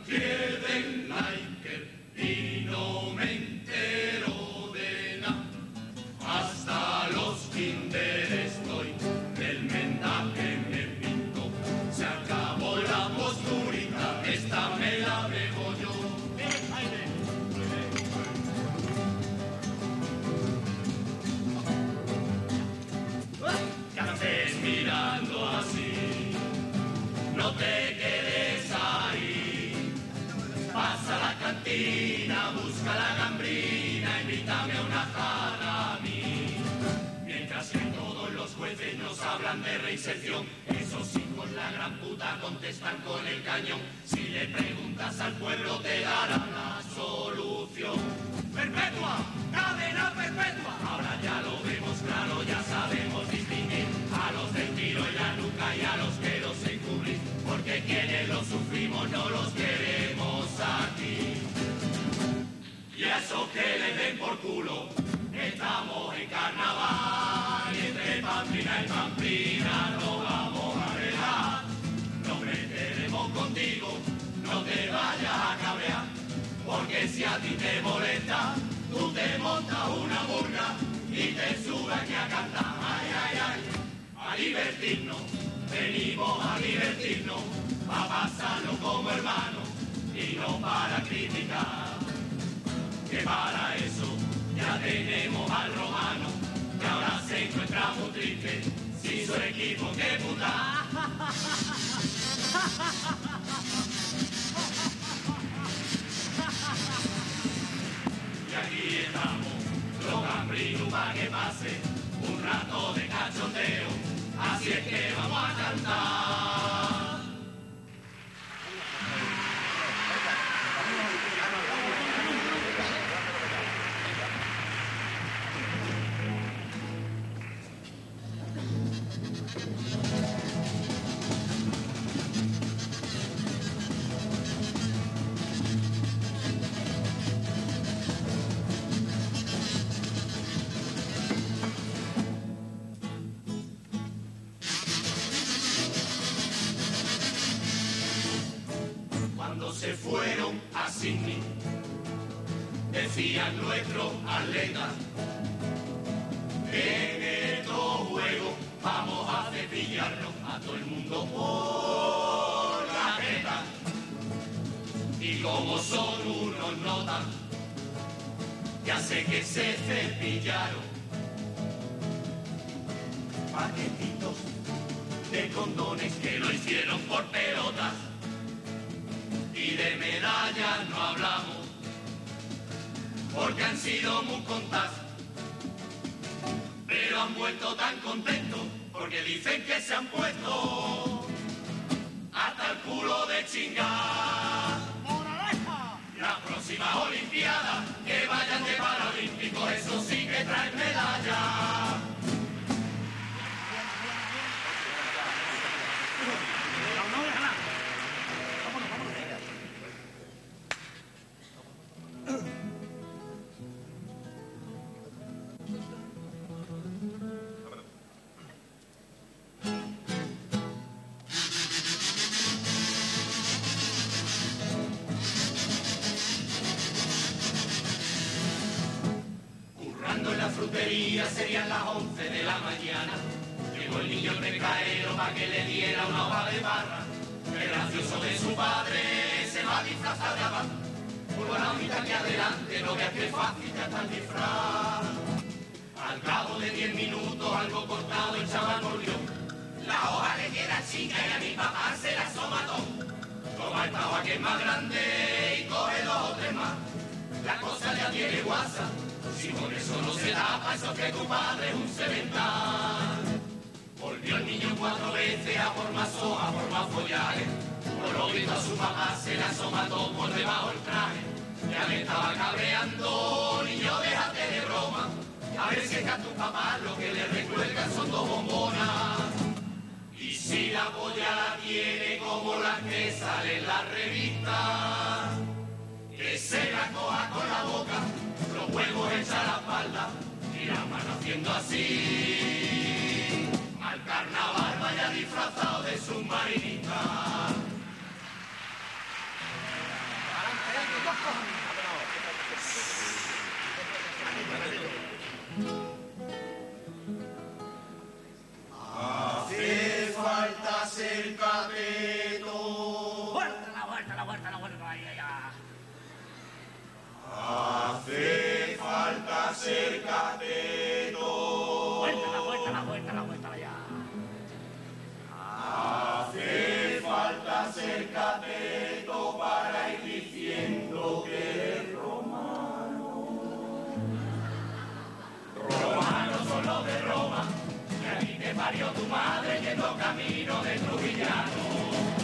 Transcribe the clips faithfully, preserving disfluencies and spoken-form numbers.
pierden like y no me entero de nada. Hasta los kinder estoy, del mendaje me pinto. Se acabó la posturita, esta me la bebo yo. ¿Qué haces mirando así? No te quedes ahí. Pasa a la cantina, busca la gambrina, invítame a una jarra a mí. Mientras que todos los jueces nos hablan de reinserción, esos hijos la gran puta contestan con el cañón. Si le preguntas al pueblo te darán la solución. ¡Perpetua! ¡Cadena perpetua! Ahora ya lo vemos claro, ya sabemos distinguir a los del tiro en la nuca y a los que los encubrir, porque quienes los sufrimos no los queremos aquí. Y a esos que les den por culo, estamos en carnaval y entre pamplina y pamplina nos vamos a relajar. Nos meteremos contigo, no te vayas a cabrear, porque si a ti te molesta, tú te montas una burga y te subes aquí a cantar. Ay, ay, ay, a divertirnos, venimos a divertirnos, a pasarnos como hermanos y no para criticar. Que para eso ya tenemos al romano, que ahora se encuentra muy triste, si su equipo que puta. Y aquí estamos, los gambrinos para que pase un rato de cachondeo, así es que vamos a cantar. Se fueron a Sydney, decían nuestros atletas, en estos juegos vamos a cepillarnos a todo el mundo por la jeta. Y como son unos notas, ya sé que se cepillaron. Paquetitos de condones que lo hicieron por pelotas. Y de medallas no hablamos, porque han sido muy contas, pero han vuelto tan contentos, porque dicen que se han puesto hasta el culo de chingar. Las próximas olimpiadas, que vayan de paralímpicos, eso sí que traen medallas. Serían las once de la mañana. Llegó el niño el mercaero pa' que le diera una hoja de barra. El gracioso de su padre se va a disfrazar de abad. Por la mitad que adelante no veas que fácil ya está el disfraz. Al cabo de diez minutos algo cortado el chaval volvió. La hoja le queda chica y a mi papá se la asoma todo. Toma esta hoja que es más grande y coge dos o tres más. La cosa ya tiene guasa. Si con eso no se tapa, eso que tu padre es un cemental. Volvió el niño cuatro veces a por más hojas, a por más follaje. Por lo visto a su papá se la asoma todo por debajo del traje. Ya me estaba cabreando, niño, déjate de broma. A ver si es que a tu papá lo que le recuerdan son dos bombonas. Y si la polla la tiene como la que sale en la revista, que se la coja con la boca, los huevos echa a la espalda y la mano haciendo así. Al carnaval vaya disfrazado de submarinista. acércate tú para ir diciendo que eres romano. Romanos son los de Roma, que a ti te parió tu madre yendo camino de Trujillano.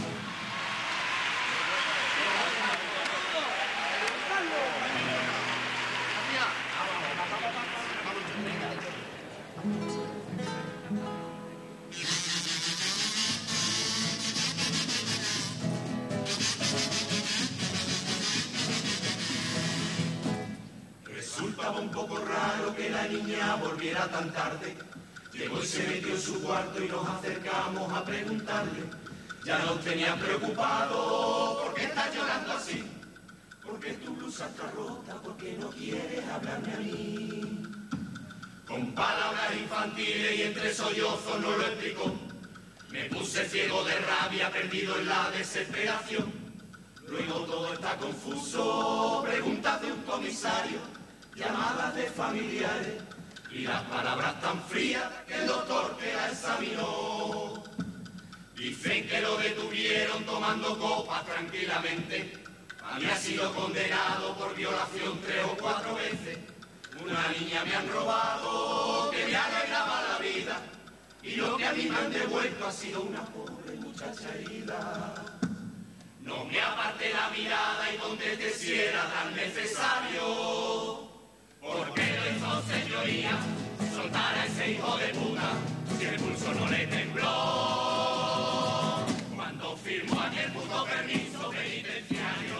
Resultaba un poco raro que la niña volviera tan tarde. Llegó y se metió en su cuarto y nos acercamos a preguntarle. Ya nos tenía preocupado, ¿por qué estás llorando así? Porque tu blusa está rota, porque no quieres hablarme a mí. Con palabras infantiles y entre sollozos nos lo explicó. Me puse ciego de rabia, perdido en la desesperación. Luego todo está confuso, preguntas de un comisario, llamadas de familiares y las palabras tan frías que el doctor que la examinó. Dicen que lo detuvieron tomando copas tranquilamente. Había sido condenado por violación tres o cuatro veces. Una niña me han robado que me alegraba la vida y lo que a mí me han devuelto ha sido una pobre muchacha herida. No me aparté la mirada y contesté si era tan necesario. ¿Por qué lo hizo, señoría? Soltar a ese hijo de puta si el pulso no le tembló. Cuando firmó aquel puto permiso penitenciario.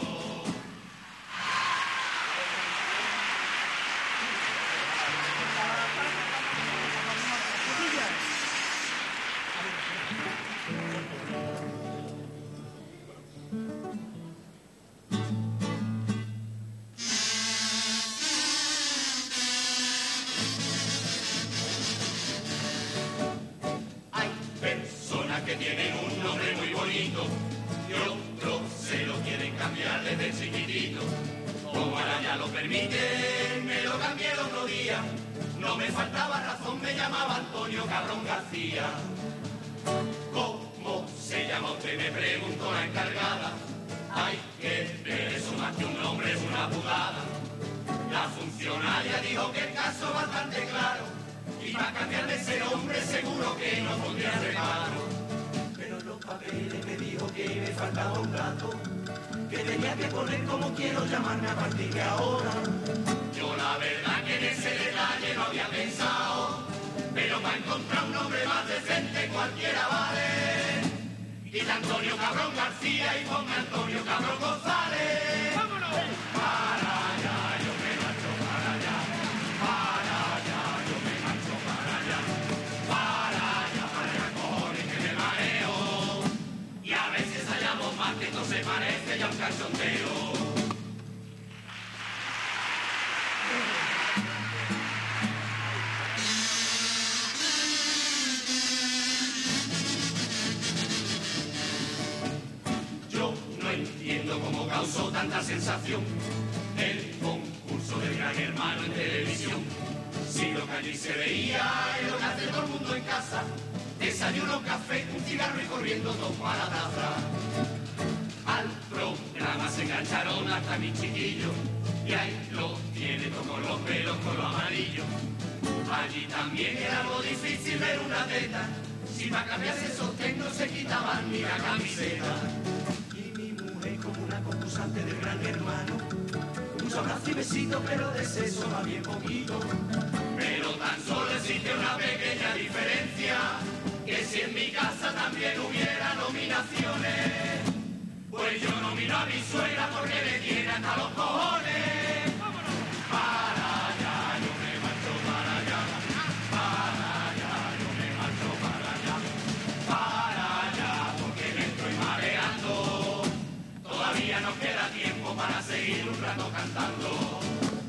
Que tienen un nombre muy bonito y otros se lo quieren cambiar desde chiquitito. Como ahora ya lo permiten, me lo cambié el otro día. No me faltaba razón, me llamaba Antonio Cabrón García. ¿Cómo se llama usted? Me preguntó la encargada. Hay que ver eso más que un nombre, es una putada. La funcionaria dijo que el caso bastante claro y para cambiarme ese nombre seguro que no pondría reparo. Papeles me dijo que me faltaba un dato, que tenía que poner como quiero llamarme a partir de ahora. Yo la verdad que en ese detalle no había pensado, pero para encontrar un nombre más decente cualquiera vale. Quita Antonio Cabrón García y ponme Antonio Cabrón González. ¡Vámonos! Para allá, yo me marcho para allá. Para allá, yo me marcho para allá. Para allá, para allá, cojones que me mareo. Y a veces hallamos más que esto se parece ya a un cachondeo. Yo no entiendo cómo causó tanta sensación el concurso del Gran Hermano en televisión. Si lo que allí se veía es lo que hace todo el mundo en casa. Desayuno, café, un cigarro y corriendo dos para la taza. Al programa se engancharon hasta mis chiquillos y ahí lo tiene con los pelos con lo amarillo. Allí también era algo difícil ver una teta. Si para cambiarse sostén no se quitaban ni la camiseta. Y mi mujer como una concursante del Gran Hermano. Mucho abrazo y besito, pero de sexo va bien poquito. Pero tan solo existe una pequeña diferencia, que si en mi casa también hubiera nominaciones, pues yo nomino a mi suegra porque me tiene hasta los cojones. ¡Vámonos! Para allá, yo me marcho para allá. Para allá, yo me marcho para allá. Para allá, porque me estoy mareando. Todavía nos queda tiempo para seguir un rato cantando.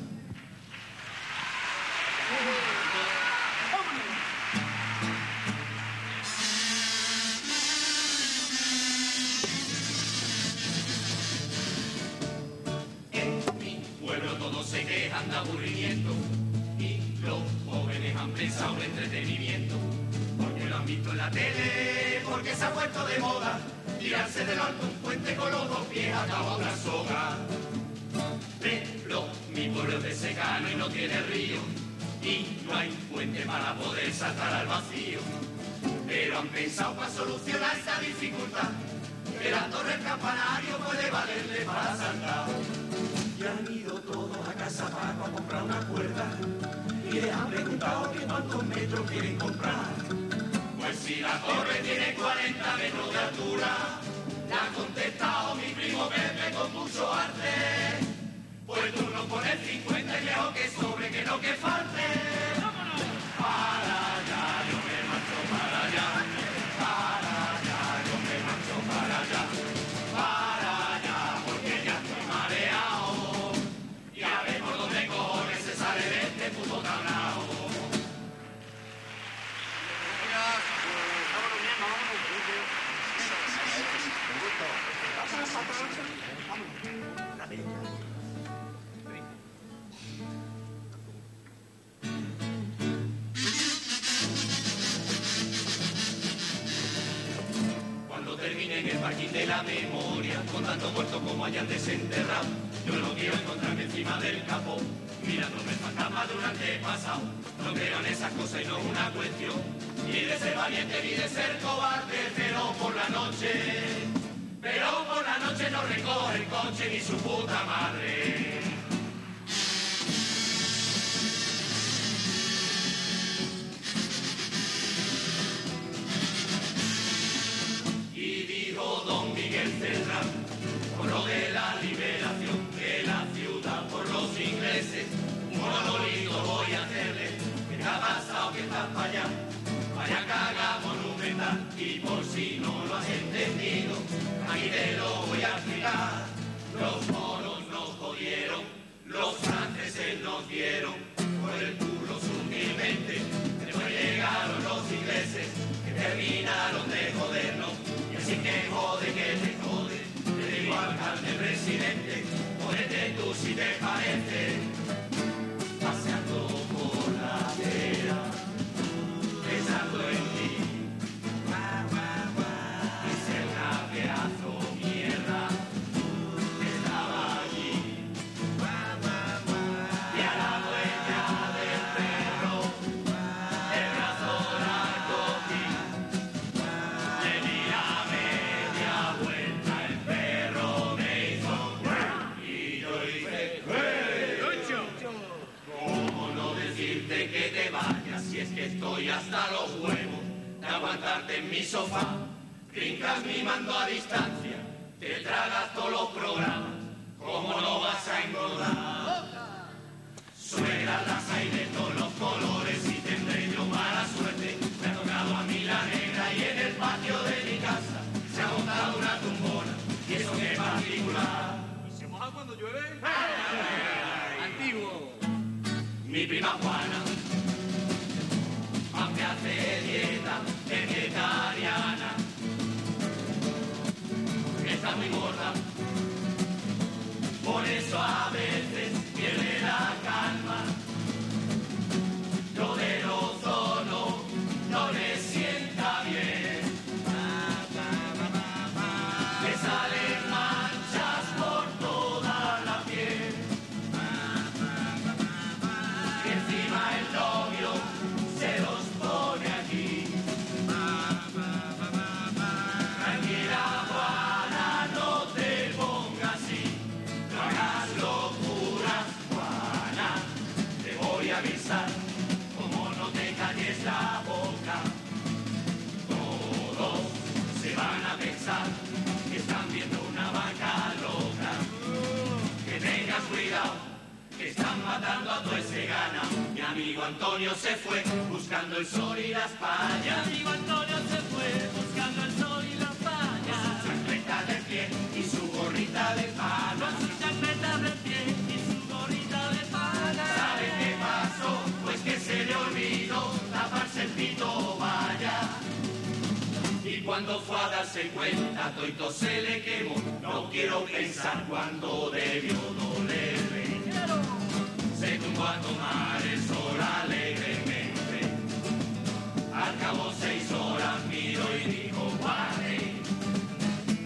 Se quejan de aburrimiento y los jóvenes han pensado en entretenimiento, porque lo han visto en la tele, porque se ha puesto de moda tirarse del alto un puente con los dos pies atado a una soga. Pero mi pueblo es de secano y no tiene río, y no hay puente para poder saltar al vacío. Pero han pensado para solucionar esa dificultad, que la torre del campanario puede valerle para saltar. Y han ido todos a Casa Paco a comprar una cuerda, y les han preguntado que cuántos metros quieren comprar. Pues si la torre tiene cuarenta metros de altura, le ha contestado mi primo Pepe con mucho arte. Pues tú no pones cincuenta y lejos que sobre, que no que falte. Para allá, yo me marcho para allá. Para allá, yo me marcho para allá. Para allá, porque ya estoy mareado. Ya vemos dónde cojones se sale de este puto tablao. Vámonos bien, vámonos. La bella. Termine en el parking de la memoria, con tantos muertos como hayan desenterrado. Yo no quiero encontrarme encima del capó, mirándome el fantasma de un antepasado. No creo en esas cosas y no es una cuestión ni de ser valiente ni de ser cobarde, pero por la noche, pero por la noche no recoge el coche ni su puta madre. Don Miguel Serrano, por lo de la liberación de la ciudad por los ingleses, un monolito voy a hacerle, que te ha pasado que estás para allá, vaya caga monumental, y por si no lo has entendido, aquí te lo voy a explicar. Los moros nos jodieron, los franceses nos dieron, por el culo sutilmente, después llegaron los ingleses, que terminaron de jodernos. Así que jode, que te jode, te digo alcalde, presidente, jódete tú si te parece, paseando por la acera, pensando en ti, hice una pedazo mierda, estaba allí, y a la dueña del perro, el brazo la cogí, le di la vuelta, el perro me hizo y yo hice ¿cómo no decirte que te vayas si es que estoy hasta los huevos de aguantarte en mi sofá? Trincas mi mando a distancia, te tragas todos los programas, ¿cómo no vas a engordar? Suegras las hay de todos los colores y tendré yo mala suerte, me ha tocado a mí la negra y en el patio de mi casa se ha montado una tumbona, y eso que es particular. ¿Y se moja cuando llueve? Antiguo. Mi prima Juana, aunque hace dieta vegetariana, está muy gorda, por eso a veces pierde la calma. Lo del ozono no le sienta bien. Salen manchas por toda la piel, y encima el novio se los pone aquí. Tranquila Juana, no te pongas así, no hagas locuras Juana, te voy a avisar, como no te calles la boca, todos se van a pensar que están viendo una vaca loca. Que tengas cuidado, que están matando a todo ese ganado. Mi amigo Antonio se fue buscando el sol y las payas. Mi amigo Antonio se fue buscando el sol y las payas. Con su chancleta de pie y su gorrita de pana. Con su chancleta de pie y su gorrita de pana. ¿Sabe qué pasó? Pues que se le olvidó taparse el pito, vaya. Y cuando fue a darse cuenta, toito se le quemó. No quiero pensar cuando debió dolerle. Se tumbó a tomar el sol alegremente. Al cabo seis horas miró y dijo, padre,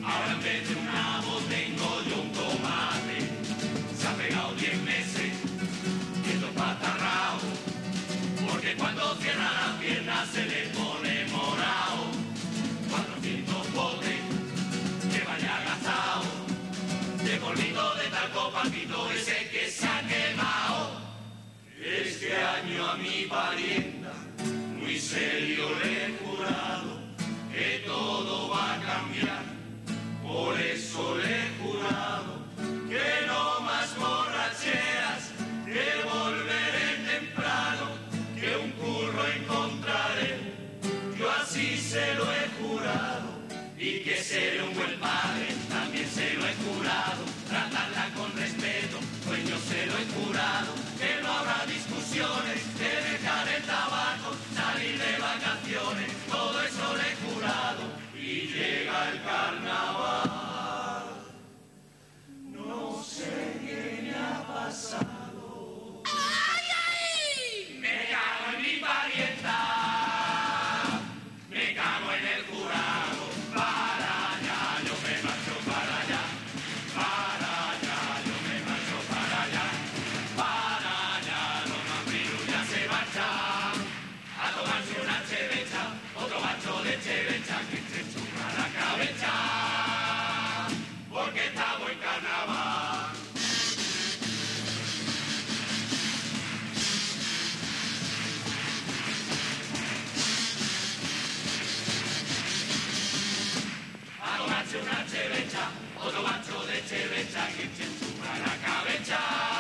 parienta, muy serio le he jurado que todo va a cambiar. Por eso le he jurado que no más borracheras, que volveré temprano, que un curro encontraré. Yo así se lo he jurado, y que seré un buen padre, también se lo he jurado. Tratarla con respeto, pues yo se lo he jurado. Que no habrá discusiones, que dejar el tabaco, salir de vacaciones, todo eso le he jurado. Y llega el carnaval, no sé qué me ha pasado. ¡Ay, ay! Me cago en mi parienta, me cago en el jurado. Para allá, yo me marcho para allá. Para allá, yo me marcho para allá. Para allá, los mambrinos ya se marchan a tomarse una chevecha, otro macho de chevecha que se chupa la cabeza, porque estamos en carnaval. A tomarse una chevecha, otro macho de chevecha que se chupa la cabeza.